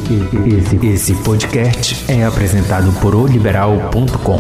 Esse podcast é apresentado por oliberal.com.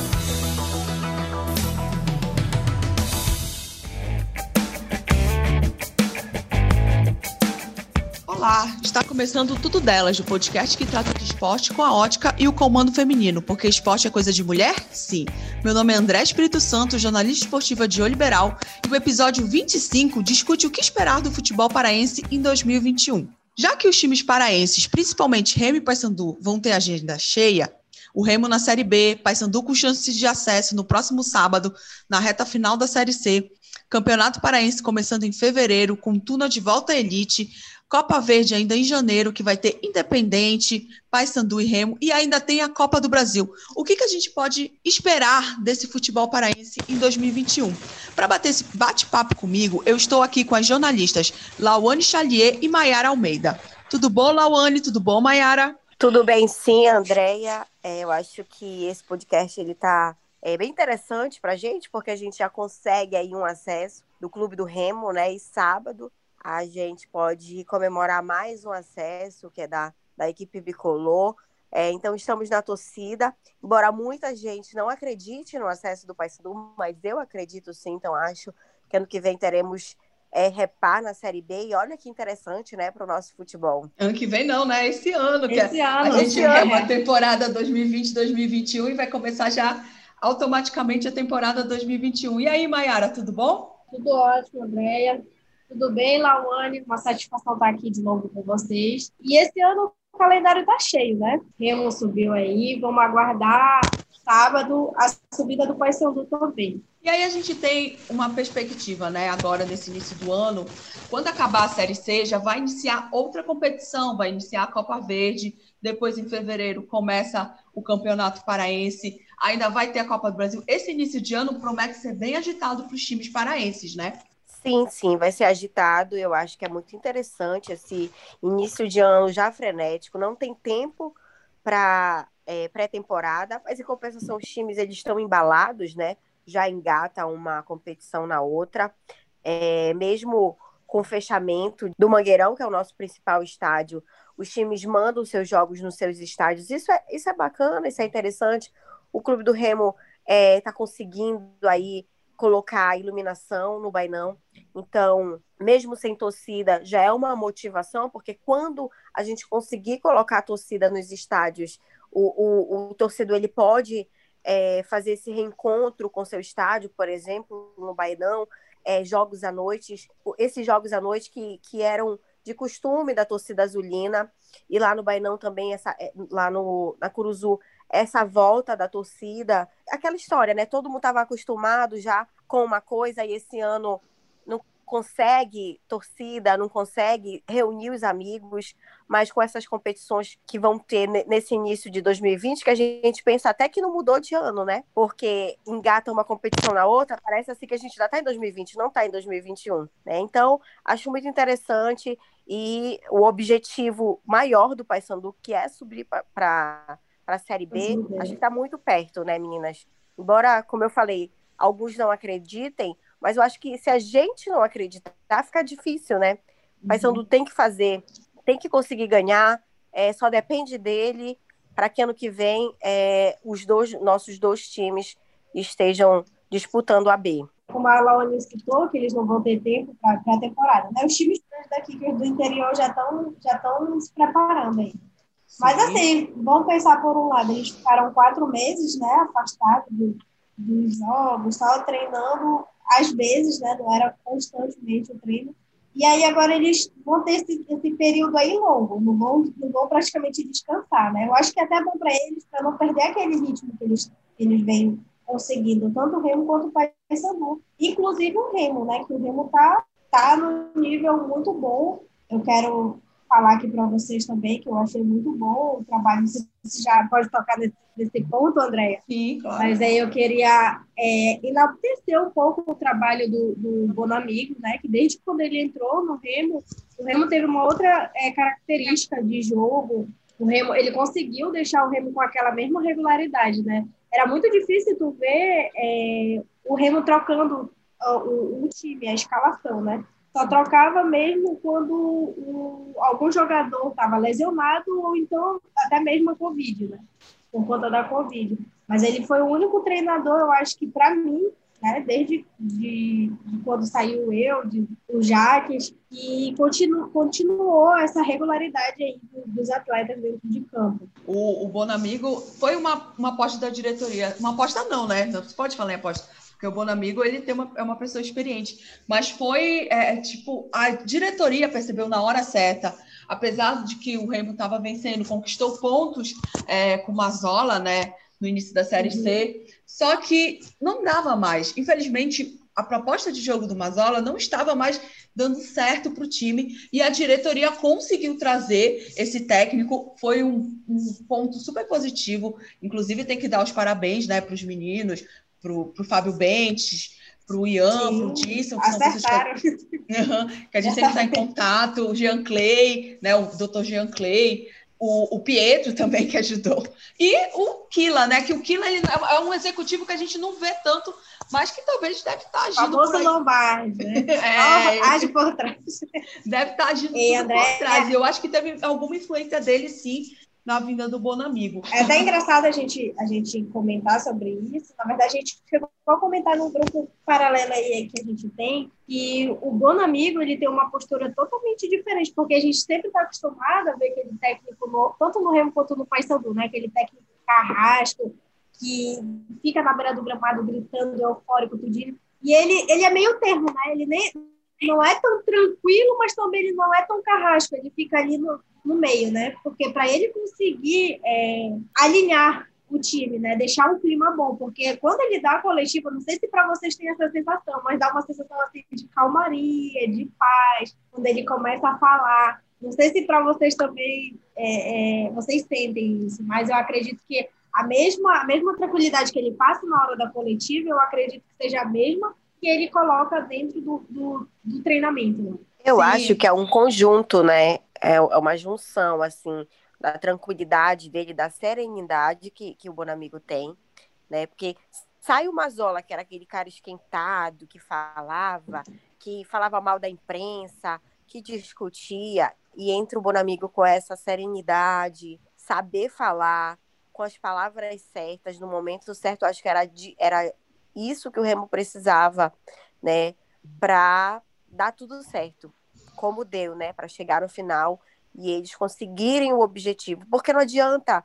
Olá, está começando Tudo Delas, o podcast que trata de esporte com a ótica e o comando feminino, porque esporte é coisa de mulher? Sim. Meu nome é André Espírito Santo, jornalista esportiva de O Liberal, e o episódio 25 discute o que esperar do futebol paraense em 2021. Já que os times paraenses, principalmente Remo e Paysandu, vão ter agenda cheia, o Remo na Série B, Paysandu com chances de acesso no próximo sábado, na reta final da Série C, Campeonato Paraense começando em fevereiro, com Tuna de volta à elite, Copa Verde ainda em janeiro, que vai ter Independente, Paysandu e Remo, e ainda tem a Copa do Brasil. O que a gente pode esperar desse futebol paraense em 2021? Para bater esse bate-papo comigo, eu estou aqui com as jornalistas Lauane Chalier e Maiara Almeida. Tudo bom, Lauane? Tudo bom, Maiara? Tudo bem, sim, Andréia. Eu acho que esse podcast ele tá bem interessante para a gente, porque a gente já consegue aí um acesso do Clube do Remo, né? E sábado a gente pode comemorar mais um acesso, que é da equipe bicolor. Então, estamos na torcida. Embora muita gente não acredite no acesso do Paysandu, mas eu acredito sim. Então, acho que ano que vem teremos repar na Série B. E olha que interessante, né, para o nosso futebol. Ano que vem não, né? Esse ano. A gente ano. A temporada 2020-2021 e vai começar já automaticamente a temporada 2021. E aí, Maiara, tudo bom? Tudo ótimo, Andréia. Tudo bem, Lauane? Uma satisfação estar aqui de novo com vocês. E esse ano o calendário está cheio, né? Remo subiu aí, vamos aguardar sábado a subida do Paysandu também. E aí a gente tem uma perspectiva, né? Agora, nesse início do ano, quando acabar a Série C, já vai iniciar outra competição, vai iniciar a Copa Verde, depois em fevereiro começa o Campeonato Paraense, ainda vai ter a Copa do Brasil. Esse início de ano promete ser bem agitado para os times paraenses, né? Sim, vai ser agitado. Eu acho que é muito interessante esse início de ano já frenético. Não tem tempo para pré-temporada, mas em compensação os times eles estão embalados, né? Já engata uma competição na outra. Mesmo com o fechamento do Mangueirão, que é o nosso principal estádio, os times mandam seus jogos nos seus estádios. Isso é bacana, isso é interessante. O Clube do Remo está conseguindo aí colocar a iluminação no Bainão. Então, mesmo sem torcida, já é uma motivação, porque quando a gente conseguir colocar a torcida nos estádios, o torcedor ele pode fazer esse reencontro com seu estádio, por exemplo, no Bainão, jogos à noite, esses jogos à noite que eram de costume da torcida azulina, e lá no Bainão também, na Curuzu, essa volta da torcida, aquela história, né? Todo mundo estava acostumado já com uma coisa e esse ano não consegue torcida, não consegue reunir os amigos, mas com essas competições que vão ter nesse início de 2020, que a gente pensa até que não mudou de ano, né? Porque engata uma competição na outra, parece assim que a gente já está em 2020, não está em 2021, né? Então, acho muito interessante e o objetivo maior do Paysandu, que é subir para a Série B, acho que está muito perto, né, meninas? Embora, como eu falei, alguns não acreditem, mas eu acho que se a gente não acreditar, fica difícil, né? O Paysandu tem que fazer, tem que conseguir ganhar, só depende dele para que ano que vem nossos dois times estejam disputando a B. Como a Lauane citou, que eles não vão ter tempo para a temporada, né? Os times daqui do interior já estão se preparando aí. Mas assim, vamos pensar por um lado, eles ficaram 4 meses, né, afastados dos jogos, estavam treinando às vezes, né, não era constantemente o treino, e aí agora eles vão ter esse período aí longo, não vão praticamente descansar, né, eu acho que é até bom para eles, para não perder aquele ritmo que eles vêm conseguindo, tanto o Remo quanto o Paysandu, inclusive o Remo, né, que o Remo tá num nível muito bom. Eu quero falar aqui para vocês também, que eu achei muito bom o trabalho. Você já pode tocar nesse ponto, Andréia? Sim, claro. Mas aí eu queria enaltecer um pouco o trabalho do Bonamigo, né? Que desde quando ele entrou no Remo, o Remo teve uma outra característica de jogo. O Remo, ele conseguiu deixar o Remo com aquela mesma regularidade, né? Era muito difícil tu ver o Remo trocando o time, a escalação, né? Só trocava mesmo quando algum jogador estava lesionado ou então até mesmo a Covid, né? Por conta da Covid. Mas ele foi o único treinador, eu acho que para mim, né, desde de quando saiu o Jaques, e continuou essa regularidade aí dos atletas dentro de campo. O Bonamigo foi uma aposta da diretoria. Uma aposta não, né? Não se pode falar em aposta. Porque o Bonamigo, ele é uma pessoa experiente. Mas foi, a diretoria percebeu na hora certa, apesar de que o Remo estava vencendo, conquistou pontos com o Mazzola, né? No início da Série C. Só que não dava mais. Infelizmente, a proposta de jogo do Mazzola não estava mais dando certo para o time, e a diretoria conseguiu trazer esse técnico, foi um ponto super positivo, inclusive tem que dar os parabéns, né, para os meninos, para o Fábio Bentes, para o Ian, para o Tisson, que são pessoas que a gente sempre está em contato, o Jean Clay, né, o Dr. Jean Clay, o Pietro também, que ajudou, e o Kila, né, que o Kila ele é um executivo que a gente não vê tanto, mas que talvez deve estar agindo por aí. Lombardi, né? Age por trás. Deve estar agindo por trás. E eu acho que teve alguma influência dele, sim, na vinda do Bonamigo. É até engraçado a gente comentar sobre isso. Na verdade, a gente chegou a comentar num grupo paralelo aí que a gente tem, que o Bonamigo, ele tem uma postura totalmente diferente, porque a gente sempre está acostumado a ver aquele técnico, tanto no Remo quanto no Paysandu, né? Aquele técnico carrasco, que fica na beira do gramado gritando, eufórico, tudinho. E ele é meio termo, né? Ele não é tão tranquilo, mas também ele não é tão carrasco. Ele fica ali no meio, né? Porque para ele conseguir alinhar o time, né? Deixar um clima bom. Porque quando ele dá a coletiva, não sei se para vocês tem essa sensação, mas dá uma sensação assim de calmaria, de paz, quando ele começa a falar. Não sei se para vocês também vocês sentem isso, mas eu acredito que a mesma tranquilidade que ele passa na hora da coletiva, eu acredito que seja a mesma que ele coloca dentro do treinamento. Né? Eu acho que é um conjunto, né? É uma junção, assim, da tranquilidade dele, da serenidade que o Bonamigo tem, né? Porque sai o Mazzola, que era aquele cara esquentado, que falava mal da imprensa, que discutia, e entra o Bonamigo com essa serenidade, saber falar, com as palavras certas, no momento certo. Acho que era isso que o Remo precisava, né, para dar tudo certo, como deu, né, para chegar no final e eles conseguirem o objetivo, porque não adianta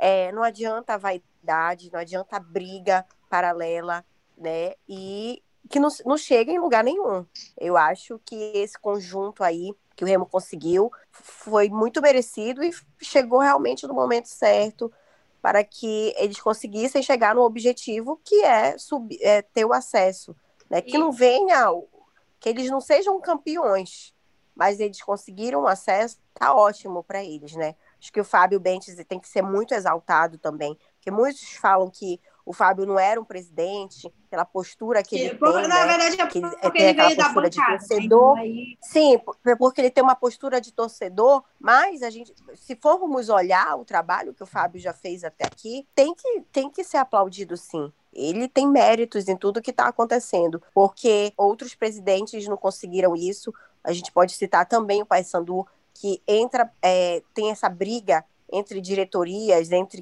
a vaidade, não adianta a briga paralela, né, e que não chega em lugar nenhum. Eu acho que esse conjunto aí que o Remo conseguiu foi muito merecido e chegou realmente no momento certo, para que eles conseguissem chegar no objetivo que é ter o acesso, né? Que não venha, que eles não sejam campeões, mas eles conseguiram o acesso, tá ótimo para eles, né? Acho que o Fábio Bentes tem que ser muito exaltado também, porque muitos falam que o Fábio não era um presidente, pela postura que ele tem, na verdade, porque ele veio da bancada, de torcedor. Né? Aí... Sim, porque ele tem uma postura de torcedor, mas se formos olhar o trabalho que o Fábio já fez até aqui, tem que ser aplaudido, sim. Ele tem méritos em tudo que está acontecendo, porque outros presidentes não conseguiram isso. A gente pode citar também o Paysandu, que tem essa briga entre diretorias, entre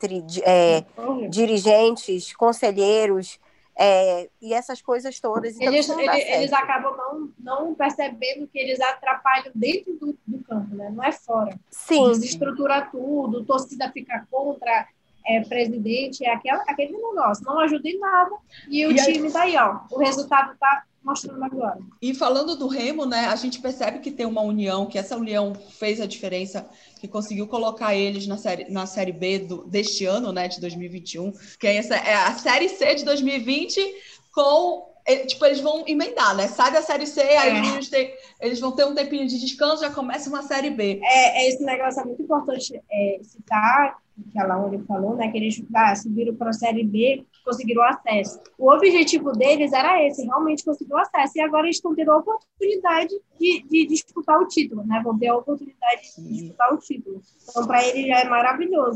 dirigentes, conselheiros, e essas coisas todas. Então, eles acabam não percebendo que eles atrapalham dentro do campo, né? Não é fora. Sim. Desestrutura tudo, torcida fica contra, presidente, aquele negócio. Não ajuda em nada. E o time tá aí, ó. O resultado tá mostrando agora. E falando do Remo, né, a gente percebe que tem uma união, que essa união fez a diferença, que conseguiu colocar eles na série B deste ano, né, de 2021, que é a série C de 2020 com... Tipo, eles vão emendar, né? Sai da série C, aí eles vão ter um tempinho de descanso, já começa uma série B. Esse negócio é muito importante citar, que a Laura falou, né? Que eles subiram para a série B, conseguiram acesso. O objetivo deles era esse, realmente conseguir o acesso. E agora eles estão tendo a oportunidade de disputar o título, né? Vão ter a oportunidade de disputar o título. Então, para eles já é maravilhoso.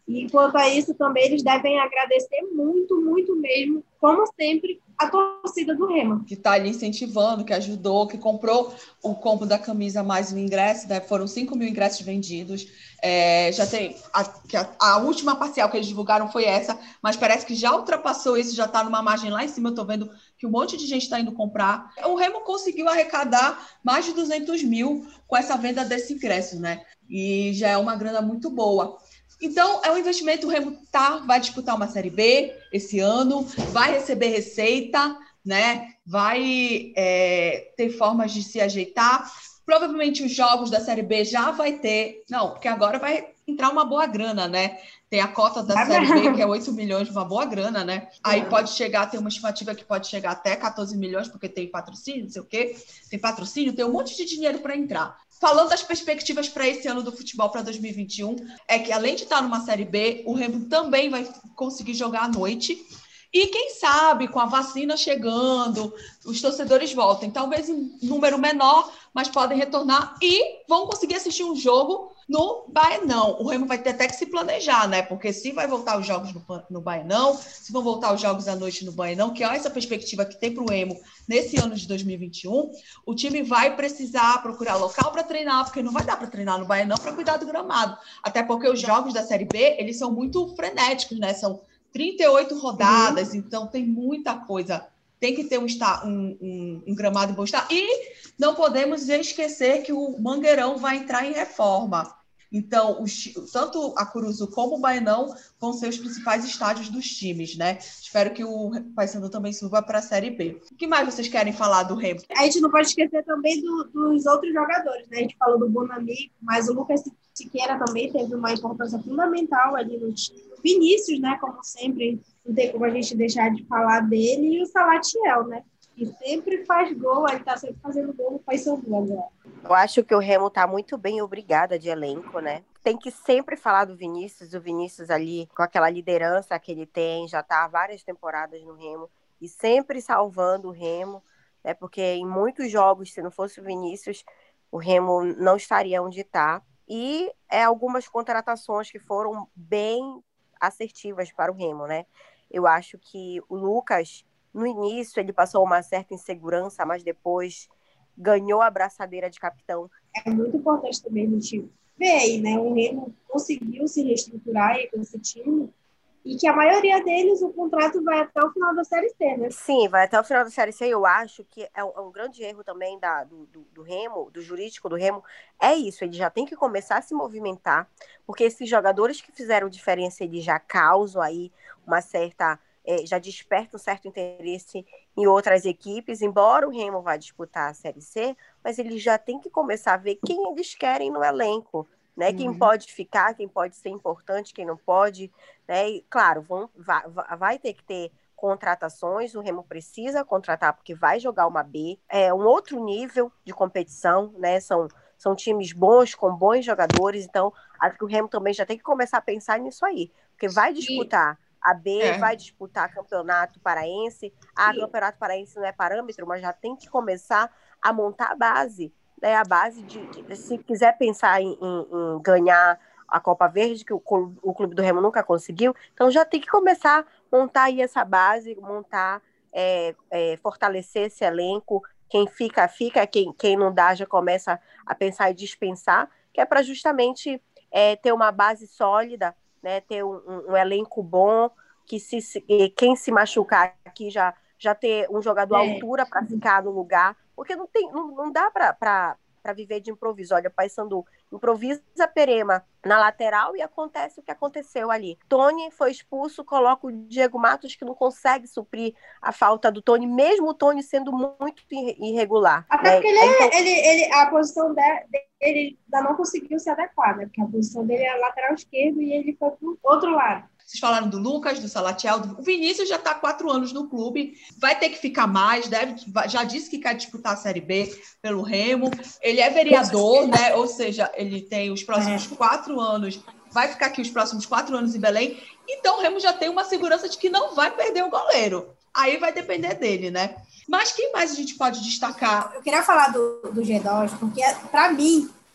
E quanto a isso, também eles devem agradecer muito, muito mesmo, como sempre, a torcida do Remo. Que está ali incentivando, que ajudou, que comprou o combo da camisa mais o ingresso, né? Foram 5 mil ingressos vendidos. Já tem a última parcial que eles divulgaram foi essa, mas parece que já ultrapassou isso, já está numa margem lá em cima. Eu estou vendo que um monte de gente está indo comprar. O Remo conseguiu arrecadar mais de 200 mil com essa venda desse ingresso, né? E já é uma grana muito boa. Então, é um investimento. O Remo vai disputar uma Série B esse ano, vai receber receita, né? Vai ter formas de se ajeitar. Provavelmente os jogos da Série B já vai ter... Não, porque agora vai entrar uma boa grana, né? Tem a cota da Série B, que é 8 milhões, uma boa grana, né? Aí pode chegar, tem uma estimativa que pode chegar até 14 milhões, porque tem patrocínio, não sei o quê. Tem patrocínio, tem um monte de dinheiro para entrar. Falando das perspectivas para esse ano do futebol para 2021, é que além de estar numa Série B, o Remo também vai conseguir jogar à noite. E quem sabe, com a vacina chegando, os torcedores voltem. Talvez em número menor, mas podem retornar e vão conseguir assistir um jogo no Baenão. O Remo vai ter até que se planejar, né? Porque se vai voltar os jogos no Baenão, se vão voltar os jogos à noite no Baenão, que é essa perspectiva que tem para o Remo nesse ano de 2021, o time vai precisar procurar local para treinar, porque não vai dar para treinar no Baenão para cuidar do gramado. Até porque os jogos da Série B, eles são muito frenéticos, né? São 38 rodadas, então tem muita coisa. Tem que ter um gramado em bom estado. E não podemos esquecer que o Mangueirão vai entrar em reforma. Então, tanto a Curuzu como o Baenão vão ser os principais estádios dos times, né? Espero que o Paysandu também suba para a Série B. O que mais vocês querem falar do Remo? A gente não pode esquecer também dos outros jogadores, né? A gente falou do Bonami, mas o Lucas Siqueira também teve uma importância fundamental ali no time. O Vinícius, né? Como sempre, não tem como a gente deixar de falar dele. E o Salatiel, né? Que sempre faz gol, ele tá sempre fazendo gol no Paysandu agora. Eu acho que o Remo está muito bem obrigada de elenco, né? Tem que sempre falar do Vinícius. O Vinícius ali, com aquela liderança que ele tem, já está há várias temporadas no Remo e sempre salvando o Remo, né? Porque em muitos jogos, se não fosse o Vinícius, o Remo não estaria onde está. E algumas contratações que foram bem assertivas para o Remo, né? Eu acho que o Lucas, no início, ele passou uma certa insegurança, mas depois ganhou a braçadeira de capitão. É muito importante também a gente ver aí, né? O Remo conseguiu se reestruturar aí com esse time e que a maioria deles, o contrato vai até o final da Série C, né? Sim, vai até o final da Série C. Eu acho que é um grande erro também do Remo, do jurídico do Remo, é isso. Ele já tem que começar a se movimentar, porque esses jogadores que fizeram diferença, eles já causam aí uma certa... já desperta um certo interesse em outras equipes, embora o Remo vá disputar a Série C, mas eles já têm que começar a ver quem eles querem no elenco, né? Quem pode ficar, quem pode ser importante, quem não pode, né? E, claro, vai ter que ter contratações, o Remo precisa contratar porque vai jogar uma B, um outro nível de competição, né? São times bons, com bons jogadores, então acho que o Remo também já tem que começar a pensar nisso aí, porque vai disputar a B, vai disputar campeonato paraense. Campeonato paraense não é parâmetro, mas já tem que começar a montar a base, né? A base se quiser pensar em ganhar a Copa Verde, que o Clube do Remo nunca conseguiu, então já tem que começar a montar aí essa base, fortalecer esse elenco. Quem fica, quem não dá já começa a pensar em dispensar, que é para justamente ter uma base sólida, né, ter um elenco bom, que quem se machucar aqui já ter um jogador à altura para ficar no lugar, porque não dá para viver de improviso. Olha, Paysandu improvisa Perema na lateral e acontece o que aconteceu ali. Tony foi expulso, coloca o Diego Matos, que não consegue suprir a falta do Tony, mesmo o Tony sendo muito irregular. Até porque a posição dele ainda não conseguiu se adequar, né? Porque a posição dele é lateral esquerdo e ele foi para o outro lado. Vocês falaram do Lucas, do Salatiel, o Vinícius já está há 4 anos no clube, vai ter que ficar mais, já disse que quer disputar a Série B pelo Remo, ele é vereador, né? Ou seja, ele tem os próximos 4 anos, vai ficar aqui os próximos 4 anos em Belém, então o Remo já tem uma segurança de que não vai perder o goleiro, aí vai depender dele, né? Mas quem mais a gente pode destacar? Eu queria falar do G2, porque para mim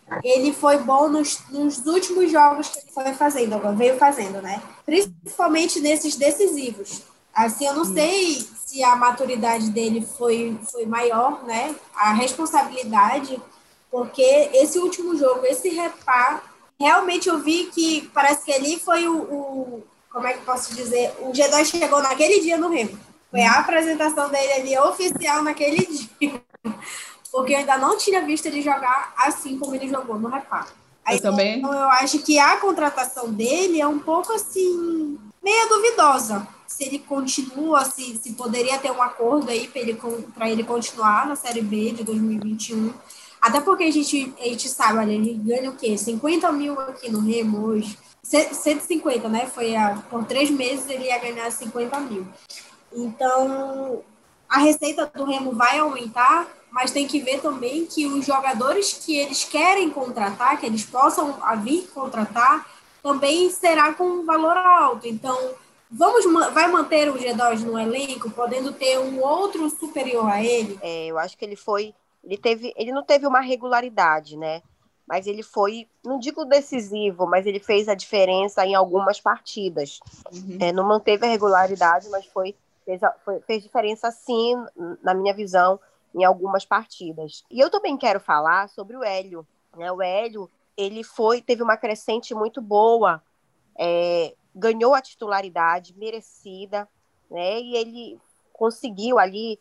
ele foi bom nos últimos jogos que ele veio fazendo, né? Principalmente nesses decisivos. Assim, eu não sei se a maturidade dele foi maior, né? A responsabilidade, porque esse último jogo, esse repá, realmente eu vi que parece que ali foi como é que eu posso dizer? O G2 chegou naquele dia no Remo. Foi a apresentação dele ali oficial naquele dia. Porque eu ainda não tinha visto ele jogar assim como ele jogou no repá. Eu também. Então, eu acho que a contratação dele é um pouco assim, meio duvidosa. Se ele continua, se poderia ter um acordo aí para ele continuar na Série B de 2021. Até porque a gente sabe, olha, ele ganha o quê? 50 mil aqui no Remo hoje. 150, né? Por 3 meses ele ia ganhar 50 mil. Então, a receita do Remo vai aumentar, mas tem que ver também que os jogadores que eles querem contratar, que eles possam vir contratar, também será com um valor alto. Então, vai manter o G2 no elenco, podendo ter um outro superior a ele? Eu acho que ele não teve uma regularidade, né? Mas ele foi, não digo decisivo, mas ele fez a diferença em algumas partidas. Não manteve a regularidade, mas fez diferença sim, na minha visão, em algumas partidas. E eu também quero falar sobre o Hélio, né? O Hélio, ele teve uma crescente muito boa, ganhou a titularidade merecida, né? E ele conseguiu ali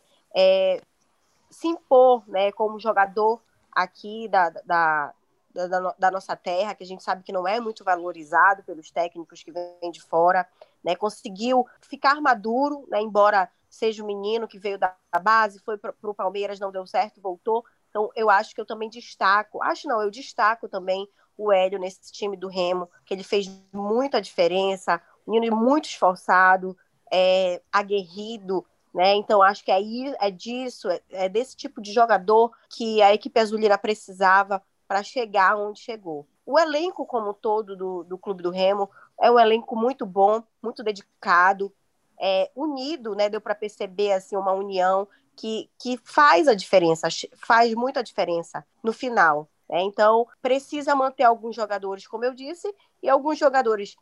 se impor, né, como jogador aqui da nossa terra, que a gente sabe que não é muito valorizado pelos técnicos que vêm de fora, né? Conseguiu ficar maduro, né? Embora seja um menino que veio da base, foi para o Palmeiras, não deu certo, voltou. Então, eu acho que eu também eu destaco também o Hélio nesse time do Remo, que ele fez muita diferença, um menino muito esforçado, aguerrido, né? Então, acho que é desse tipo de jogador que a equipe azulina precisava para chegar onde chegou. O elenco como um todo do Clube do Remo é um elenco muito bom, muito dedicado, unido, né? Deu para perceber assim, uma união que faz a diferença, faz muita diferença no final. Então, precisa manter alguns jogadores, como eu disse, e alguns jogadores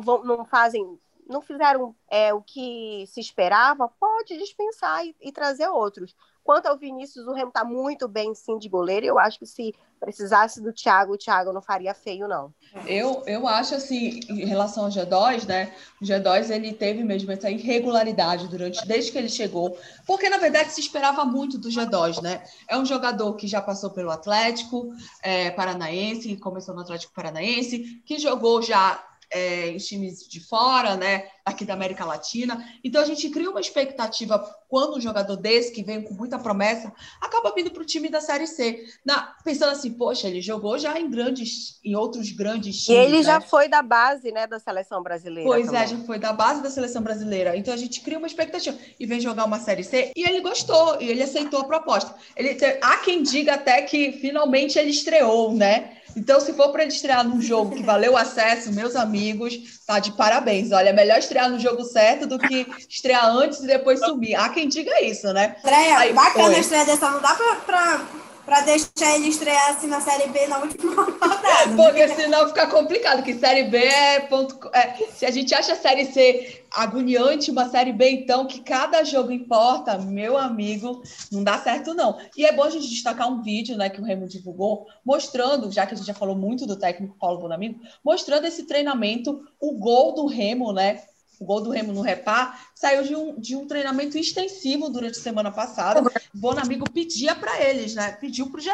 não fizeram o que se esperava, pode dispensar e trazer outros. Quanto ao Vinícius, o Remo está muito bem, sim, de goleiro. Eu acho que se precisasse do Thiago, o Thiago não faria feio, não. Eu acho, assim, em relação ao G2, né? O G2, ele teve mesmo essa irregularidade desde que ele chegou, porque, na verdade, se esperava muito do G2, né? É um jogador que já passou pelo Atlético Paranaense, que começou no Atlético Paranaense, que jogou já em times de fora, né, aqui da América Latina. Então, a gente cria uma expectativa quando um jogador desse, que vem com muita promessa, acaba vindo para o time da Série C. Pensando assim, poxa, ele jogou já em outros grandes times. E ele já foi da base, né, da seleção brasileira. Pois também. Já foi da base da seleção brasileira. Então, a gente cria uma expectativa. E vem jogar uma Série C, e ele gostou, e ele aceitou a proposta. Há quem diga até que finalmente ele estreou, né? Então, se for para ele estrear num jogo que valeu o acesso, meus amigos, tá de parabéns. Olha, é melhor estrear no jogo certo do que estrear antes e depois sumir. Há quem diga isso, né? Andréia, bacana a estreia dessa. Não dá para deixar ele estrear assim na Série B na última rodada. Porque senão fica complicado, que Série B se a gente acha a Série C agoniante, uma Série B, então, que cada jogo importa, meu amigo, não dá certo, não. E é bom a gente destacar um vídeo, né, que o Remo divulgou, mostrando, já que a gente já falou muito do técnico Paulo Bonamigo, mostrando esse treinamento, o gol do Remo, né? O gol do Remo no Repá saiu de um treinamento extensivo durante a semana passada. O Bonamigo pedia para eles, né? Pediu para o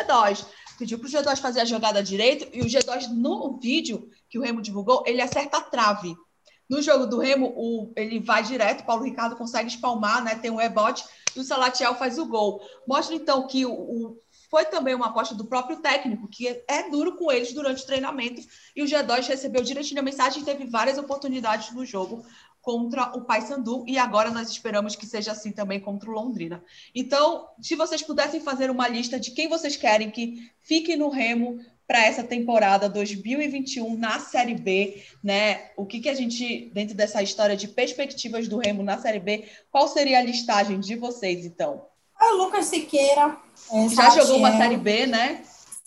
G2 fazer a jogada direito, e o G2, no vídeo que o Remo divulgou, ele acerta a trave. No jogo do Remo, ele vai direto, o Paulo Ricardo consegue espalmar, né? Tem um rebote, e o Salatiel faz o gol. Mostra, então, que foi também uma aposta do próprio técnico, que é duro com eles durante o treinamento, e o G2 recebeu direitinho a mensagem e teve várias oportunidades no jogo contra o Paysandu, e agora nós esperamos que seja assim também contra o Londrina. Então, se vocês pudessem fazer uma lista de quem vocês querem que fique no Remo para essa temporada 2021 na Série B, né? O que a gente, dentro dessa história de perspectivas do Remo na Série B, qual seria a listagem de vocês, então? O Lucas Siqueira. Já jogou uma Série B, né?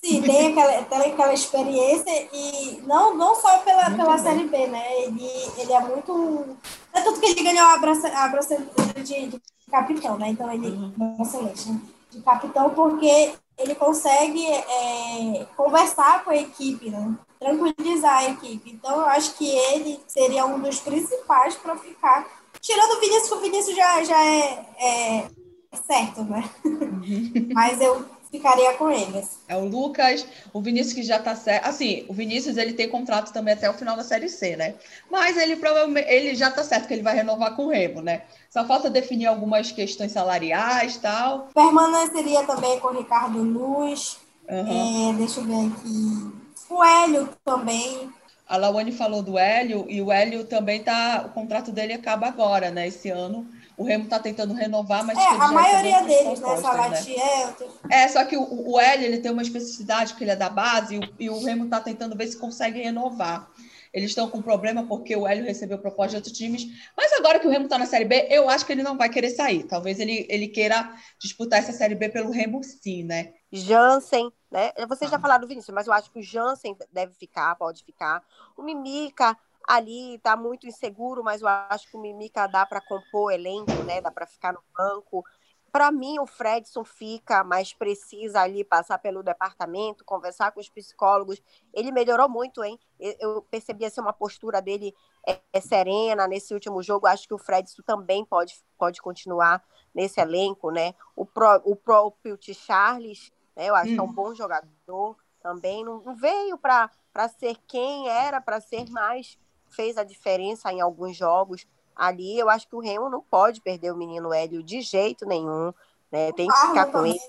Sim, tem aquela experiência e não só pela Série B, né? Ele é muito... É tanto que ele ganhou a braçadeira de capitão, né? Então ele... Bracelete, né? De capitão, porque ele consegue conversar com a equipe, né? Tranquilizar a equipe. Então eu acho que ele seria um dos principais para ficar. Tirando o Vinícius, que o Vinícius já é certo, né? Mas eu ficaria com eles. É o Lucas, o Vinícius que já tá certo. Assim, o Vinícius ele tem contrato também até o final da Série C, né? Mas ele provavelmente ele já tá certo que ele vai renovar com o Remo, né? Só falta definir algumas questões salariais e tal. Permaneceria também com o Ricardo Luz. Deixa eu ver aqui. O Hélio também. A Lawane falou do Hélio, e o Hélio também tá. O contrato dele acaba agora, né? Esse ano. O Remo tá tentando renovar, mas a maioria deles, né? Salatiel. Só que o Hélio ele tem uma especificidade, que ele é da base, e o Remo tá tentando ver se consegue renovar. Eles estão com problema porque o Hélio recebeu proposta de outros times, mas agora que o Remo tá na Série B, eu acho que ele não vai querer sair. Talvez ele queira disputar essa Série B pelo Remo, sim, né? Jansen, né? Vocês já falaram do Vinícius, mas eu acho que o Jansen deve ficar, pode ficar. O Mimica ali tá muito inseguro, mas eu acho que o Mimica dá para compor o elenco, né? Dá para ficar no banco. Para mim, o Fredson fica, mas precisa ali passar pelo departamento, conversar com os psicólogos. Ele melhorou muito, hein? Eu percebi assim, uma postura dele serena nesse último jogo. Acho que o Fredson também pode continuar nesse elenco, né? O próprio Charles, né? Eu acho que é um bom jogador também. Não veio para ser quem era, para ser mais. Fez a diferença em alguns jogos. Ali, eu acho que o Remo não pode perder o menino Hélio de jeito nenhum, né? Tem que ficar com ele.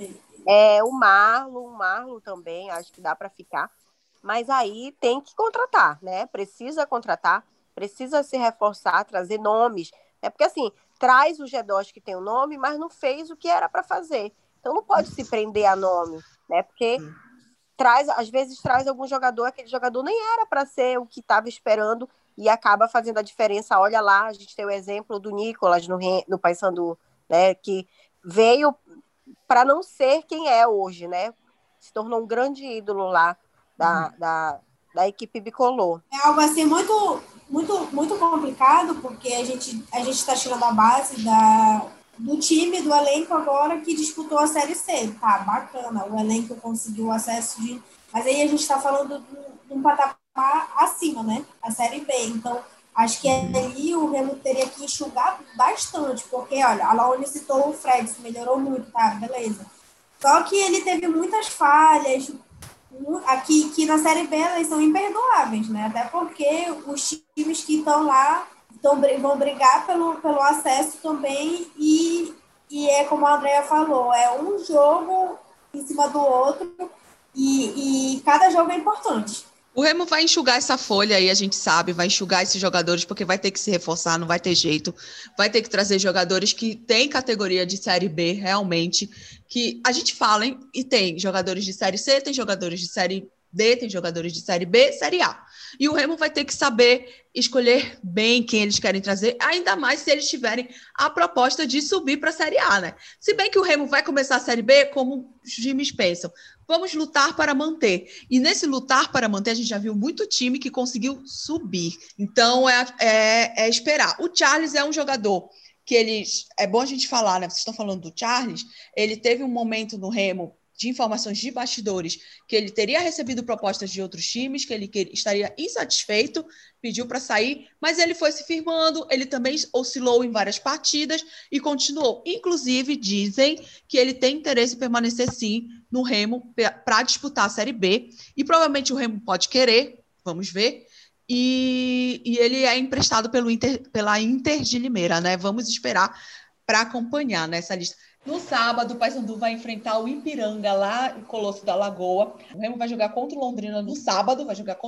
O Marlon também, acho que dá para ficar. Mas aí tem que contratar, né? Precisa contratar, precisa se reforçar, trazer nomes. Porque assim, traz o G2 que tem o nome, mas não fez o que era para fazer. Então não pode se prender a nome, né? Porque às vezes traz algum jogador, aquele jogador nem era para ser o que estava esperando, e acaba fazendo a diferença. Olha lá, a gente tem o exemplo do Nicolas no Paysandu, né, que veio para não ser quem é hoje, né? Se tornou um grande ídolo lá da equipe bicolor. É algo assim muito, muito, muito complicado, porque a gente está tirando a base do time, do elenco agora que disputou a Série C. Tá, bacana, o elenco conseguiu o acesso Mas aí a gente está falando de um patamar acima, né? A Série B. Então, acho que ali o Remo teria que enxugar bastante, porque, olha, a Laone citou o Fred, melhorou muito, tá? Beleza. Só que ele teve muitas falhas, aqui que na Série B elas são imperdoáveis, né? Até porque os times que estão lá vão brigar pelo acesso também, e é como a Andrea falou, é um jogo em cima do outro, e cada jogo é importante. O Remo vai enxugar essa folha aí, a gente sabe, vai enxugar esses jogadores, porque vai ter que se reforçar, não vai ter jeito. Vai ter que trazer jogadores que têm categoria de Série B, realmente, que a gente fala, hein? E tem jogadores de Série C, tem jogadores de Série D, tem jogadores de Série B, Série A. E o Remo vai ter que saber escolher bem quem eles querem trazer, ainda mais se eles tiverem a proposta de subir para a Série A, né? Se bem que o Remo vai começar a Série B como os times pensam. Vamos lutar para manter. E nesse lutar para manter, a gente já viu muito time que conseguiu subir. Então, é esperar. O Charles é um jogador que eles... É bom a gente falar, né? Vocês estão falando do Charles. Ele teve um momento no Remo de informações de bastidores que ele teria recebido propostas de outros times, que ele estaria insatisfeito, pediu para sair, mas ele foi se firmando, ele também oscilou em várias partidas e continuou. Inclusive, dizem que ele tem interesse em permanecer, sim, no Remo para disputar a Série B, e provavelmente o Remo pode querer, vamos ver, e ele é emprestado pela Inter de Limeira, né? Vamos esperar para acompanhar nessa lista. No sábado, o Paysandu vai enfrentar o Ipiranga lá em Colosso da Lagoa. O Remo vai jogar contra o Londrina no sábado,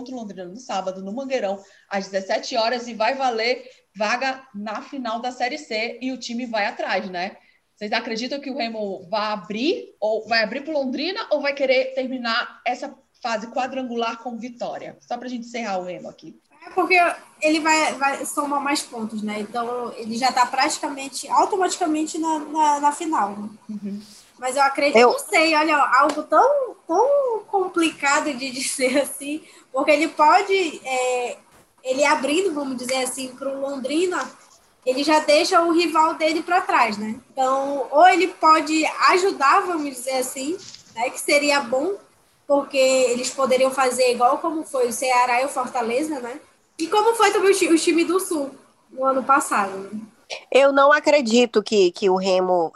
no Mangueirão, às 17 horas, e vai valer vaga na final da Série C, e o time vai atrás, né? Vocês acreditam que o Remo vai abrir para o Londrina, ou vai querer terminar essa fase quadrangular com vitória? Só para a gente encerrar o Remo aqui. Porque ele vai somar mais pontos, né? Então, ele já está praticamente, automaticamente na final. Uhum. Mas eu acredito, não sei, olha, algo tão complicado de dizer assim, porque ele pode, ele abrindo, vamos dizer assim, para o Londrina, ele já deixa o rival dele para trás, né? Então, ou ele pode ajudar, vamos dizer assim, né, que seria bom, porque eles poderiam fazer igual como foi o Ceará e o Fortaleza, né? E como foi também o time do Sul no ano passado, né? Eu não acredito que o Remo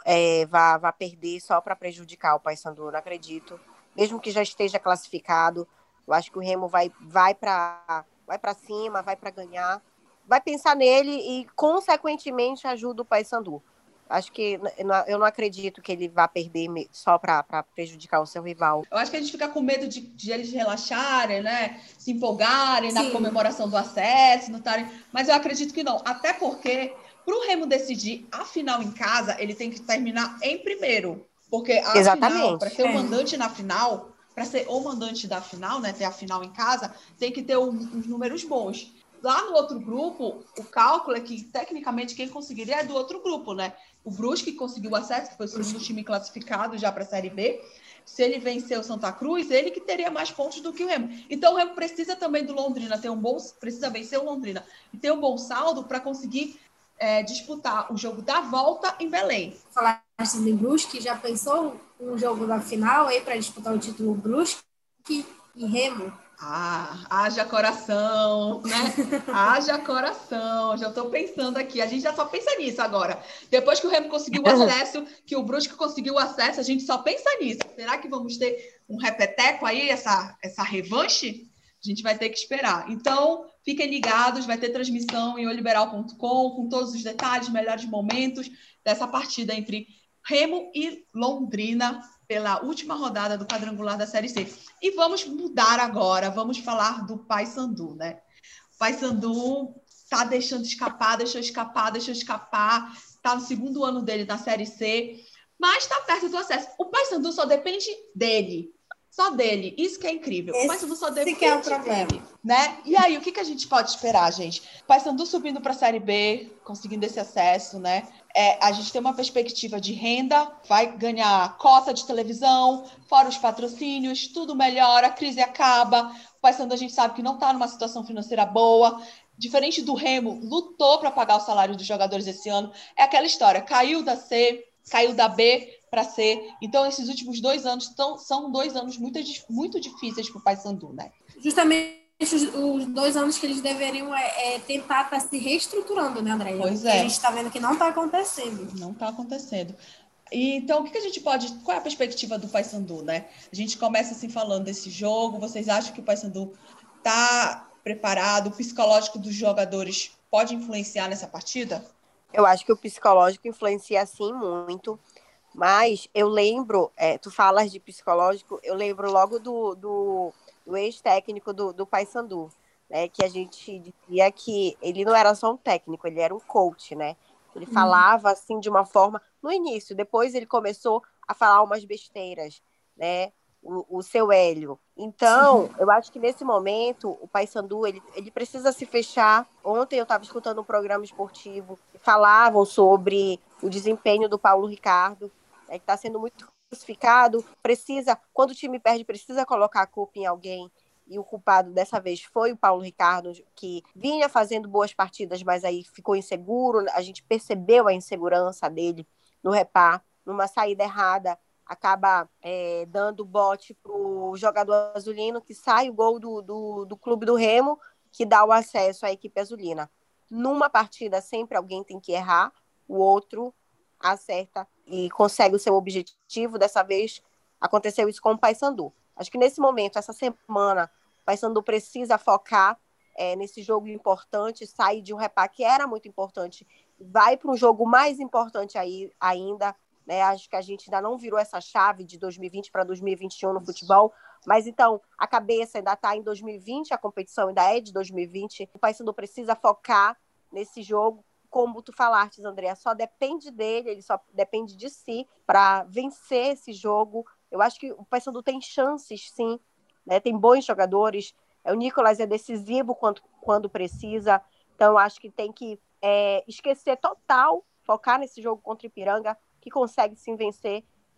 vá perder só para prejudicar o Paysandu. Eu não acredito. Mesmo que já esteja classificado, eu acho que o Remo vai para cima, vai para ganhar, vai pensar nele e, consequentemente, ajuda o Paysandu. Acho que eu não acredito que ele vá perder só para prejudicar o seu rival. Eu acho que a gente fica com medo de eles relaxarem, né? Se empolgarem na comemoração do acesso, mas eu acredito que não. Até porque, para o Remo decidir a final em casa, ele tem que terminar em primeiro. Porque a final, para ser o mandante na final, para ser o mandante da final, né? Ter a final em casa, tem que ter uns números bons. Lá no outro grupo, o cálculo é que, tecnicamente, quem conseguiria é do outro grupo, né? O Brusque conseguiu o acesso, que foi o segundo time classificado já para a Série B. Se ele vencer o Santa Cruz, ele que teria mais pontos do que o Remo. Então, o Remo precisa também do Londrina precisa vencer o Londrina e ter um bom saldo para conseguir disputar o jogo da volta em Belém. Falaste em Brusque, já pensou um jogo da final aí para disputar o título Brusque e Remo? Haja coração, né? Haja coração. Já estou pensando aqui. A gente já só pensa nisso agora. Depois que o Remo conseguiu o acesso, que o Brusque conseguiu o acesso, a gente só pensa nisso. Será que vamos ter um repeteco aí, essa revanche? A gente vai ter que esperar. Então, fiquem ligados, vai ter transmissão em oliberal.com com todos os detalhes, melhores momentos dessa partida entre Remo e Londrina pela última rodada do quadrangular da Série C. E vamos mudar agora, vamos falar do Paysandu, né? O Paysandu tá deixou escapar, tá no segundo ano dele na Série C, mas tá perto do acesso. O Paysandu só depende dele. Só dele. Isso que é incrível. O Paysandu só depende dele, né? E aí, o que a gente pode esperar, gente? O Paysandu subindo para a Série B, conseguindo esse acesso, né? A gente tem uma perspectiva de renda, vai ganhar cota de televisão, fora os patrocínios, tudo melhora, a crise acaba. O Paysandu a gente sabe que não está numa situação financeira boa. Diferente do Remo, lutou para pagar o salário dos jogadores esse ano. É aquela história, caiu da C, caiu da B para C. Então, esses últimos 2 anos são 2 anos muito difíceis para o Paysandu, né? Justamente os 2 anos que eles deveriam tentar estar se reestruturando, né, André? Pois é. A gente está vendo que não está acontecendo. Não está acontecendo. E, então, o que a gente pode... Qual é a perspectiva do Paysandu, né? A gente começa assim falando desse jogo. Vocês acham que o Paysandu está preparado? O psicológico dos jogadores pode influenciar nessa partida? Eu acho que o psicológico influencia, sim, muito. Mas eu lembro, tu falas de psicológico, eu lembro logo do ex-técnico do Paysandu, né? Que a gente dizia que ele não era só um técnico, ele era um coach, né? Ele falava assim de uma forma, no início, depois ele começou a falar umas besteiras, né? O seu Hélio. Então, eu acho que nesse momento, o Paysandu, ele precisa se fechar. Ontem eu estava escutando um programa esportivo, falavam sobre o desempenho do Paulo Ricardo, que está sendo muito crucificado, quando o time perde, precisa colocar a culpa em alguém, e o culpado dessa vez foi o Paulo Ricardo, que vinha fazendo boas partidas, mas aí ficou inseguro, a gente percebeu a insegurança dele no repá, numa saída errada, acaba dando bote para o jogador azulino, que sai o gol do clube do Remo, que dá o acesso à equipe azulina. Numa partida, sempre alguém tem que errar, o outro acerta e consegue o seu objetivo. Dessa vez, aconteceu isso com o Paysandu. Acho que nesse momento, essa semana, o Paysandu precisa focar nesse jogo importante, sair de um repá que era muito importante, vai para um jogo mais importante ainda, né? Acho que a gente ainda não virou essa chave de 2020 para 2021 no futebol, mas então a cabeça ainda está em 2020, a competição ainda é de 2020, o Paysandu precisa focar nesse jogo. Como tu falaste, Andréa, só depende dele, ele só depende de si para vencer esse jogo. Eu acho que o Paysandu tem chances, sim, né? Tem bons jogadores, o Nicolas é decisivo quando precisa, então eu acho que tem que esquecer total, focar nesse jogo contra o Ipiranga, que consegue sim vencer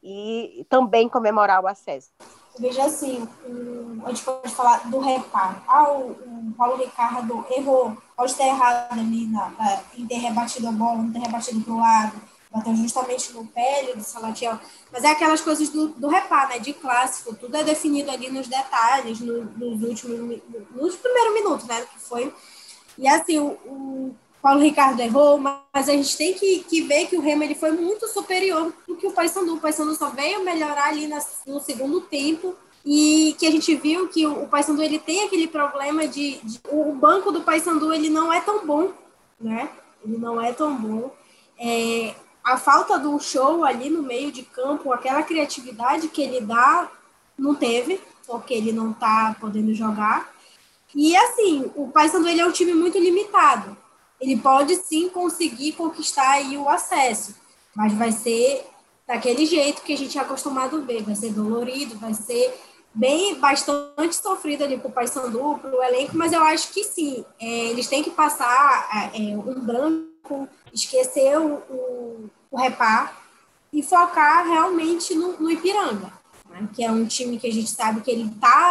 e também comemorar o acesso. Veja assim, a gente pode falar do reparo. O Paulo Ricardo errou, pode ter errado ali em ter rebatido a bola, não ter rebatido para o lado, bateu justamente no pé do Salatiel. Mas é aquelas coisas do reparo, né? De clássico, tudo é definido ali nos detalhes, nos primeiros minutos, né? Que foi. E assim, o Paulo Ricardo errou, mas a gente tem que ver que o Remo ele foi muito superior do que o Paysandu. O Paysandu só veio melhorar ali no segundo tempo e que a gente viu que o Paysandu ele tem aquele problema o banco do Paysandu ele não é tão bom, né? Ele não é tão bom. A falta do show ali no meio de campo, aquela criatividade que ele dá, não teve, porque ele não está podendo jogar. E assim, o Paysandu ele é um time muito limitado. Ele pode sim conseguir conquistar aí o acesso, mas vai ser daquele jeito que a gente é acostumado a ver, vai ser dolorido, vai ser bastante sofrido ali para o Paysandu, para o elenco, mas eu acho que sim, eles têm que passar um branco, esquecer o repar e focar realmente no Ipiranga, né? Que é um time que a gente sabe que ele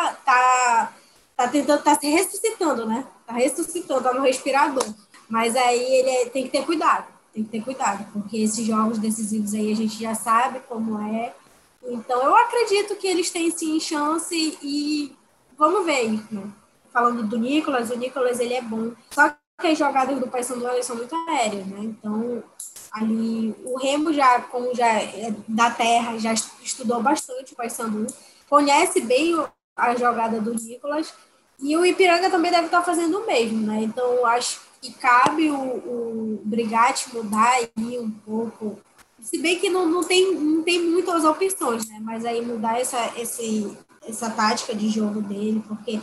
tá tentando, tá se ressuscitando, né? Tá ressuscitando, tá no respirador. Mas aí tem que ter cuidado, porque esses jogos decisivos aí a gente já sabe como é. Então, eu acredito que eles têm sim chance e vamos ver, né? Falando do Nicolas, o Nicolas ele é bom. Só que as jogadas do Paysandu são muito aéreas, né? Então, ali o Remo como já é da terra, já estudou bastante o Paysandu, conhece bem a jogada do Nicolas e o Ipiranga também deve estar fazendo o mesmo, né? Então, eu acho que cabe o Brigatti mudar aí um pouco. Se bem que não tem muitas opções, né? Mas aí mudar essa tática de jogo dele, porque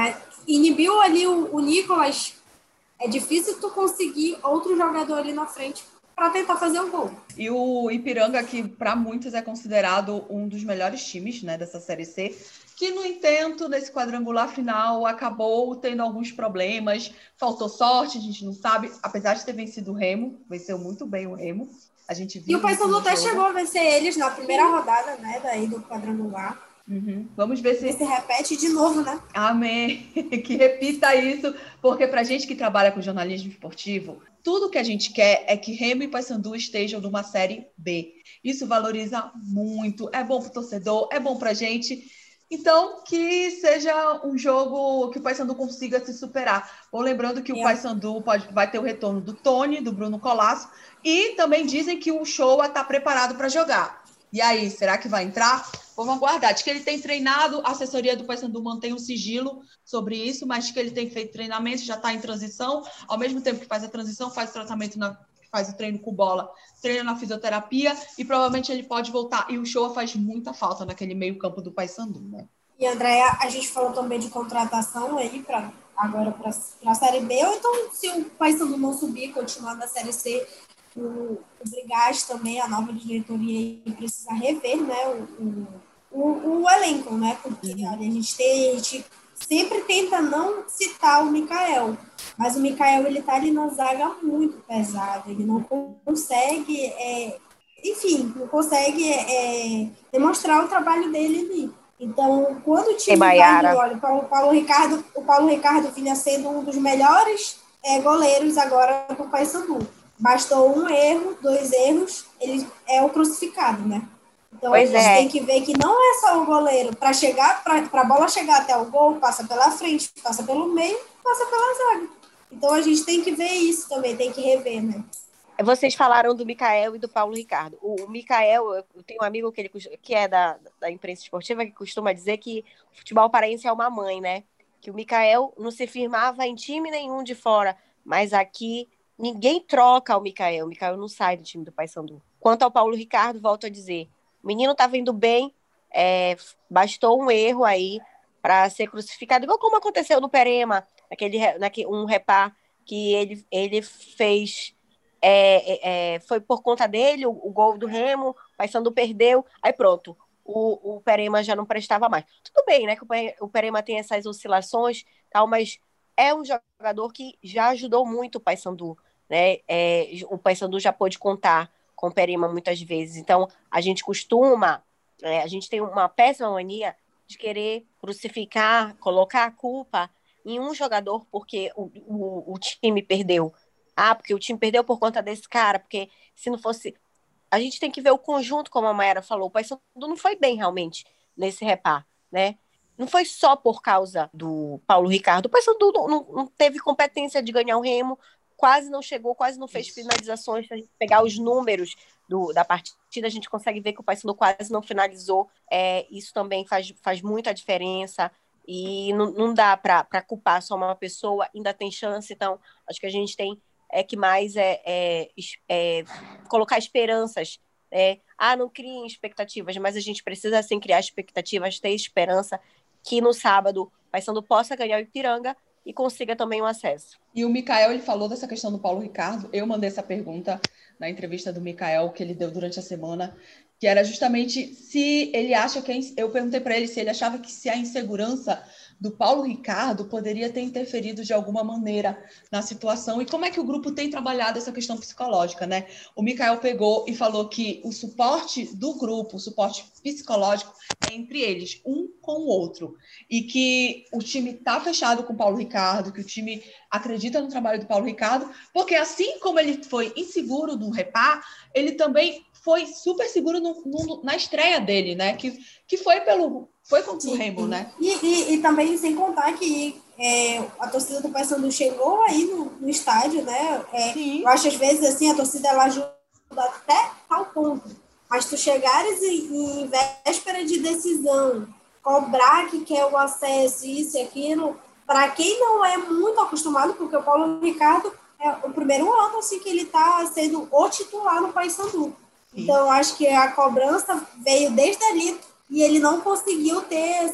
inibiu ali o Nicolas, é difícil tu conseguir outro jogador ali na frente para tentar fazer o gol. E o Ipiranga, que para muitos é considerado um dos melhores times, né, dessa Série C, que, no entanto, nesse quadrangular final, acabou tendo alguns problemas, faltou sorte, a gente não sabe, apesar de ter vencido o Remo, venceu muito bem o Remo. A gente viu. E o Paysandu até chegou a vencer eles na primeira rodada, né, daí do quadrangular. Uhum. Vamos ver se repete de novo, né? Amém. Que repita isso, porque pra gente que trabalha com jornalismo esportivo, tudo que a gente quer é que Remo e Paysandu estejam numa Série B. Isso valoriza muito, é bom pro torcedor, é bom pra gente. Então, que seja um jogo que o Paysandu consiga se superar. Bom, lembrando que o Paysandu vai ter o retorno do Tony, do Bruno Colasso, e também dizem que o Show está preparado para jogar. E aí, será que vai entrar? Vamos aguardar. Diz que ele tem treinado, a assessoria do Paysandu mantém um sigilo sobre isso, mas que ele tem feito treinamento, já está em transição. Ao mesmo tempo que faz a transição, faz tratamento, faz o treino com bola, treina na fisioterapia e provavelmente ele pode voltar. E o Show faz muita falta naquele meio campo do Paysandu, né? E, Andréia, a gente falou também de contratação aí agora para a Série B, ou então se o Paysandu não subir, continuar na Série C, o Brigatti também, a nova diretoria precisa rever, né, o elenco, né? Porque olha, a gente sempre tenta não citar o Mikael, mas o Mikael ele tá ali na zaga muito pesada, ele não consegue, não consegue demonstrar o trabalho dele ali. Então, quando o time vai ali, olha, o Paulo Ricardo vinha sendo um dos melhores goleiros agora do Paysandu. Bastou um erro, 2 erros, ele é o crucificado, né? Então, a gente tem que ver que não é só o goleiro. Para a bola chegar até o gol, passa pela frente, passa pelo meio, passa pela zaga. Então, a gente tem que ver isso também, tem que rever, né? Vocês falaram do Mikael e do Paulo Ricardo. O Mikael, eu tenho um amigo que é da imprensa esportiva, que costuma dizer que o futebol paraense é uma mãe, né? Que o Mikael não se firmava em time nenhum de fora, mas aqui ninguém troca o Mikael não sai do time do Paysandu. Quanto ao Paulo Ricardo, volto a dizer, o menino estava indo bem, bastou um erro aí para ser crucificado, igual como aconteceu no Perema, um repar que ele fez, foi por conta dele, o gol do Remo, o Paysandu perdeu, aí pronto, o Perema já não prestava mais. Tudo bem, né, que o Perema tem essas oscilações, tal, mas é um jogador que já ajudou muito o Paysandu, né? O Paysandu já pôde contar com o Perema muitas vezes. Então, a gente a gente tem uma péssima mania de querer crucificar, colocar a culpa em um jogador porque o time perdeu. Ah, porque o time perdeu por conta desse cara, porque se não fosse... A gente tem que ver o conjunto, como a Mayara falou. O Paysandu não foi bem realmente nesse repar, né? Não foi só por causa do Paulo Ricardo. O Paysandu não teve competência de ganhar o Remo, quase não chegou, quase não fez finalizações. Se a gente pegar os números da partida, a gente consegue ver que o Paysandu quase não finalizou. Isso também faz muita diferença. E não dá para culpar só uma pessoa, ainda tem chance. Então, acho que a gente tem que mais colocar esperanças. Não criem expectativas, mas a gente precisa sim criar expectativas, ter esperança que no sábado o Paysandu possa ganhar o Ipiranga e consiga também o acesso. E o Mikael, ele falou dessa questão do Paulo Ricardo. Eu mandei essa pergunta na entrevista do Mikael que ele deu durante a semana, que era justamente se ele acha que... Eu perguntei para ele se ele achava que se a insegurança do Paulo Ricardo poderia ter interferido de alguma maneira na situação e como é que o grupo tem trabalhado essa questão psicológica, né? O Mikael pegou e falou que o suporte do grupo, o suporte psicológico é entre eles, um com o outro, e que o time está fechado com o Paulo Ricardo, que o time acredita no trabalho do Paulo Ricardo, porque assim como ele foi inseguro no repar, ele também foi super seguro na estreia dele, né? Que foi contra o Remo, né? E também, sem contar que a torcida do Paysandu chegou aí no estádio, né? Eu acho, às vezes, assim, a torcida ela ajuda até tal ponto. Mas tu chegares em véspera de decisão, cobrar que quer o acesso, isso e aquilo, para quem não é muito acostumado, porque o Paulo Ricardo é o primeiro ano assim, que ele está sendo o titular no Paysandu. Então, eu acho que a cobrança veio desde ali e ele não conseguiu ter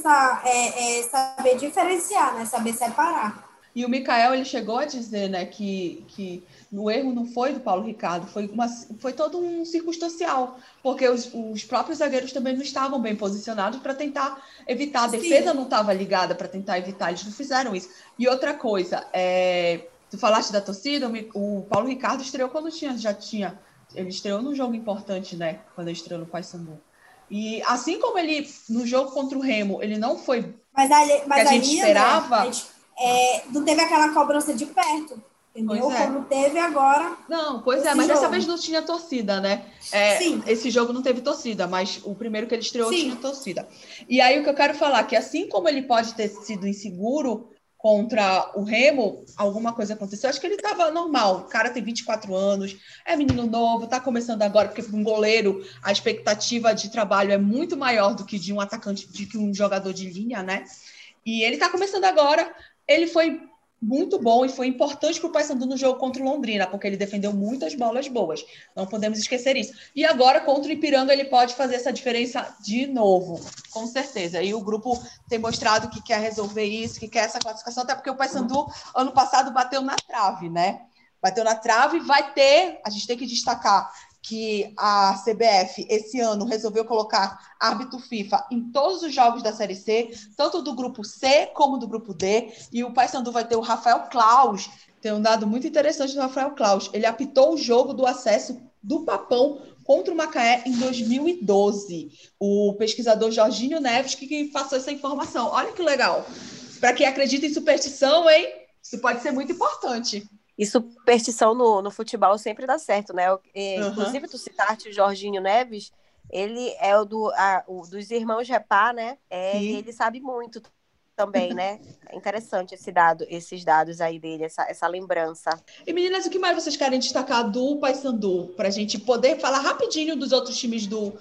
saber diferenciar, né? Saber separar. E o Mikael, ele chegou a dizer, né, que o erro não foi do Paulo Ricardo, foi todo um circunstancial, porque os próprios zagueiros também não estavam bem posicionados para tentar evitar, a defesa não estava ligada para tentar evitar, eles não fizeram isso. E outra coisa, tu falaste da torcida, o Paulo Ricardo estreou quando ele estreou num jogo importante, né, quando ele estreou no Paysandu. E assim como ele, no jogo contra o Remo, ele não foi mas a gente esperava... não teve aquela cobrança de perto, entendeu? Como teve agora. Não, pois mas dessa vez não tinha torcida, né? Sim. Esse jogo não teve torcida, mas o primeiro que ele estreou tinha torcida. E aí o que eu quero falar, que assim como ele pode ter sido inseguro contra o Remo, alguma coisa aconteceu. Acho que ele estava normal. O cara tem 24 anos, é menino novo, está começando agora, porque para um goleiro a expectativa de trabalho é muito maior do que de um atacante, de que um jogador de linha, né? E ele está começando agora. Ele foi muito bom e foi importante para o Paysandu no jogo contra o Londrina, porque ele defendeu muitas bolas boas. Não podemos esquecer isso. E agora, contra o Ipiranga, ele pode fazer essa diferença de novo, com certeza. E o grupo tem mostrado que quer resolver isso, que quer essa classificação, até porque o Paysandu, ano passado, bateu na trave, né? Bateu na trave, a gente tem que destacar que a CBF, esse ano, resolveu colocar árbitro FIFA em todos os jogos da Série C, tanto do grupo C como do grupo D, e o Paysandu vai ter o Rafael Claus. Tem um dado muito interessante do Rafael Claus. Ele apitou o jogo do acesso do Papão contra o Macaé em 2012. O pesquisador Jorginho Neves que passou essa informação. Olha que legal. Para quem acredita em superstição, hein? Isso pode ser muito importante. E superstição no futebol sempre dá certo, né? Inclusive, tu citaste o Jorginho Neves, ele é dos irmãos Repá, né? E ele sabe muito também, né? É interessante esses dados aí dele, essa lembrança. E meninas, o que mais vocês querem destacar do Paysandu, para a gente poder falar rapidinho dos outros times do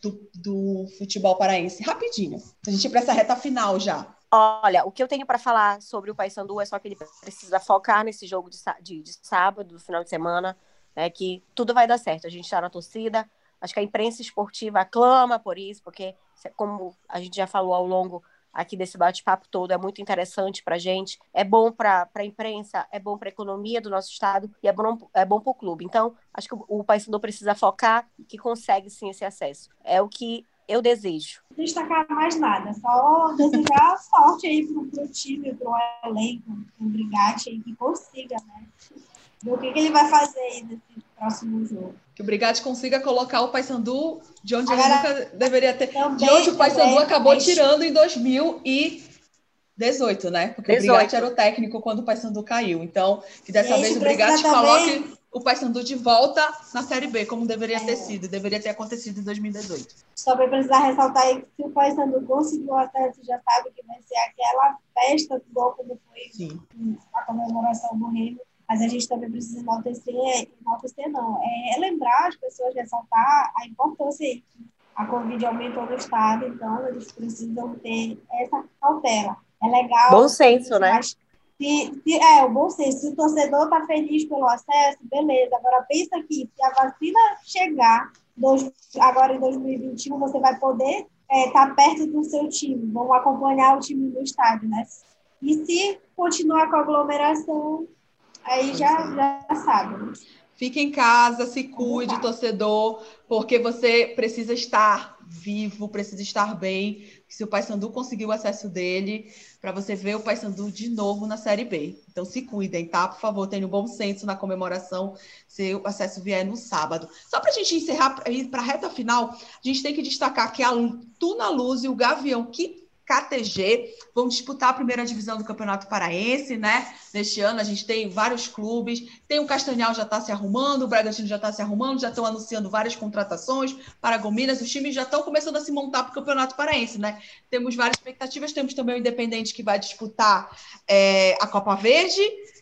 futebol paraense? Rapidinho. A gente ir para essa reta final já. Olha, o que eu tenho para falar sobre o Paysandu é só que ele precisa focar nesse jogo de sábado, do final de semana, né, que tudo vai dar certo. A gente está na torcida, acho que a imprensa esportiva aclama por isso, porque, como a gente já falou ao longo aqui desse bate-papo todo, é muito interessante para a gente, é bom para a imprensa, é bom para a economia do nosso estado e é bom para o clube. Então, acho que o Paysandu precisa focar e que consegue sim esse acesso. É o que eu desejo. Não destacar mais nada, só desejar sorte aí pro time, pro elenco, pro Brigatti aí, que consiga, né? Ver o que ele vai fazer aí próximo jogo. Que o Brigatti consiga colocar o Paysandu de onde ele Agora, nunca deveria ter. também, De onde o Paysandu acabou mas- tirando em 2018, né? Porque o 18. Brigatti era o técnico quando o Paysandu caiu. Então, que dessa Gente, vez o precisa Brigatti também- coloque o Paysandu de volta na Série B, como deveria ter sido. Deveria ter acontecido em 2018. Também precisa ressaltar aí que se o Paysandu conseguiu o acesso, já sabe que vai ser aquela festa igual como foi Sim. a comemoração do Remo. Mas a gente também precisa enaltecer não, lembrar as pessoas, ressaltar a importância aí que a Covid aumentou no estado, então eles precisam ter essa cautela. É legal. Bom senso, né? Mas o bom senso. Se o torcedor está feliz pelo acesso, beleza. Agora pensa que se a vacina chegar agora em 2021, você vai poder estar perto do seu time, vão acompanhar o time no estádio, né? E se continuar com a aglomeração, aí já sabe. Né? Fique em casa, se cuide, torcedor, porque você precisa estar vivo, precisa estar bem. Se o Paysandu conseguir o acesso dele, para você ver o Paysandu de novo na Série B. Então se cuidem, tá? Por favor, tenham bom senso na comemoração, se o acesso vier no sábado. Só para a gente encerrar, para a reta final, a gente tem que destacar que a Tuna Luz e o Gavião, que KTG vão disputar a primeira divisão do Campeonato Paraense, né? Neste ano a gente tem vários clubes, tem o Castanhal já está se arrumando, o Bragantino já está se arrumando, já estão anunciando várias contratações, Paragominas, os times já estão começando a se montar para o Campeonato Paraense, né? Temos várias expectativas, temos também o Independente que vai disputar a Copa Verde.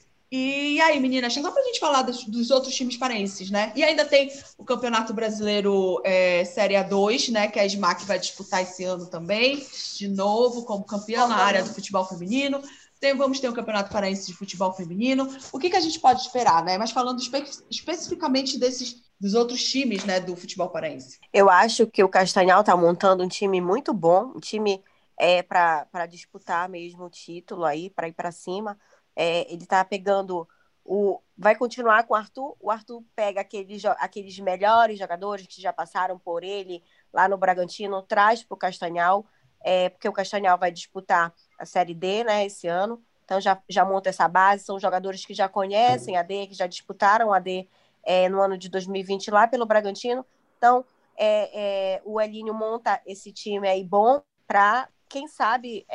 E aí, meninas, só para a gente falar dos outros times paraenses, né? E ainda tem o Campeonato Brasileiro Série A2, né? Que a SMAC vai disputar esse ano também, de novo, como campeã na área do futebol feminino. Vamos ter o Campeonato Paraense de Futebol Feminino. O que a gente pode esperar, né? Mas falando especificamente dos outros times, né, do futebol paraense. Eu acho que o Castanhal está montando um time muito bom, um time para disputar mesmo o título aí, para ir para cima. Ele está pegando vai continuar com o Arthur pega aqueles melhores jogadores que já passaram por ele lá no Bragantino, traz para o Castanhal, porque o Castanhal vai disputar a Série D, né, esse ano, então já monta essa base, são jogadores que já conhecem a D, que já disputaram a D no ano de 2020 lá pelo Bragantino, então o Elinho monta esse time aí bom para, quem sabe,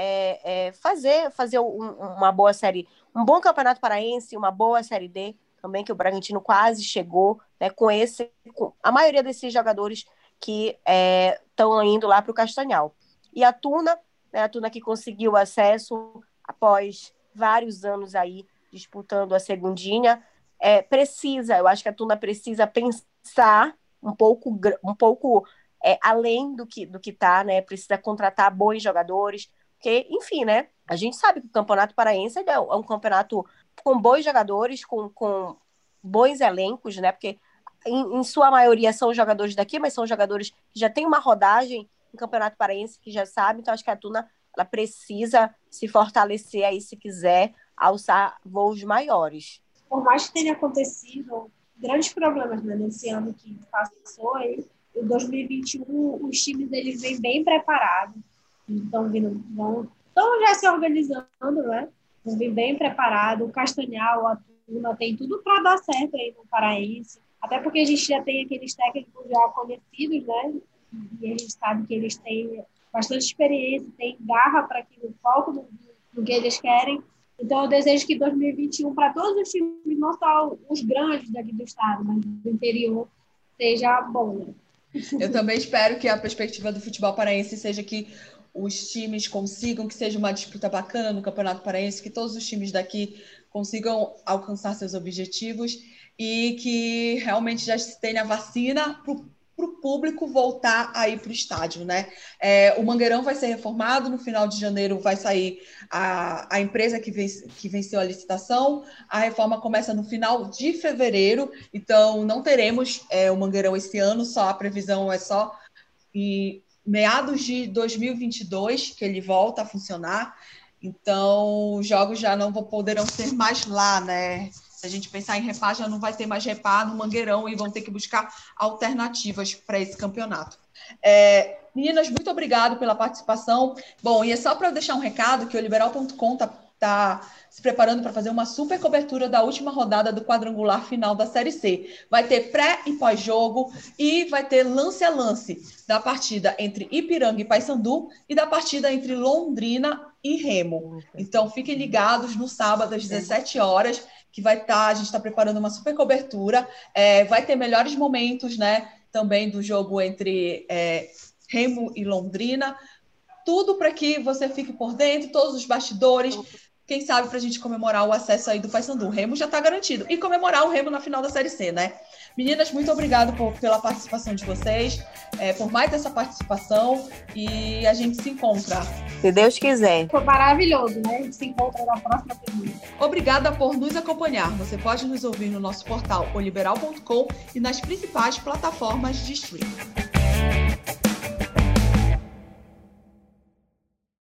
fazer uma boa série, um bom campeonato paraense, uma boa Série D também, que o Bragantino quase chegou, né, com a maioria desses jogadores que estão indo lá para o Castanhal. E a Tuna, né, a Tuna que conseguiu acesso após vários anos aí disputando a segundinha, eu acho que a Tuna precisa pensar um pouco além do que tá, né? Precisa contratar bons jogadores, porque, enfim, né? A gente sabe que o Campeonato Paraense é um campeonato com bons jogadores, com bons elencos, né? Porque em sua maioria são jogadores daqui, mas são jogadores que já têm uma rodagem no Campeonato Paraense, que já sabe, então acho que a Tuna ela precisa se fortalecer aí se quiser alçar voos maiores. Por mais que tenha acontecido grandes problemas, né, nesse ano que passou aí, em 2021 os times eles vêm bem preparados, estão já se organizando, né? Vão vir bem preparados. O Castanhal, a Tuna tem tudo para dar certo aí no Paraense, até porque a gente já tem aqueles técnicos já conhecidos, né? E a gente sabe que eles têm bastante experiência, têm garra para aquilo, foco no que eles querem. Então, eu desejo que 2021, para todos os times, não só os grandes daqui do estado, mas do interior, seja bom. Né? Eu também espero que a perspectiva do futebol paraense seja que os times consigam, que seja uma disputa bacana no Campeonato Paraense, que todos os times daqui consigam alcançar seus objetivos e que realmente já se tenha vacina para o público voltar a ir para o estádio, né? O Mangueirão vai ser reformado, no final de janeiro vai sair a empresa que venceu a licitação, a reforma começa no final de fevereiro, então não teremos o Mangueirão esse ano, só a previsão é só em meados de 2022 que ele volta a funcionar, então os jogos já não poderão ser mais lá, né? Se a gente pensar em repar, já não vai ter mais repar no Mangueirão e vão ter que buscar alternativas para esse campeonato. Meninas, muito obrigado pela participação. Bom, e é só para eu deixar um recado que o Liberal.com está está se preparando para fazer uma super cobertura da última rodada do quadrangular final da Série C. Vai ter pré e pós-jogo e vai ter lance a lance da partida entre Ipiranga e Paysandu e da partida entre Londrina e Remo. Então, fiquem ligados no sábado às 17 horas, que a gente está preparando uma super cobertura. Vai ter melhores momentos, né, também do jogo entre Remo e Londrina. Tudo para que você fique por dentro, todos os bastidores. Quem sabe para a gente comemorar o acesso aí do Paysandu. O Remo já está garantido. E comemorar o Remo na final da Série C, né? Meninas, muito obrigado pela participação de vocês, por mais essa participação, e a gente se encontra. Se Deus quiser. Foi maravilhoso, né? A gente se encontra na próxima semana. Obrigada por nos acompanhar. Você pode nos ouvir no nosso portal oliberal.com e nas principais plataformas de streaming.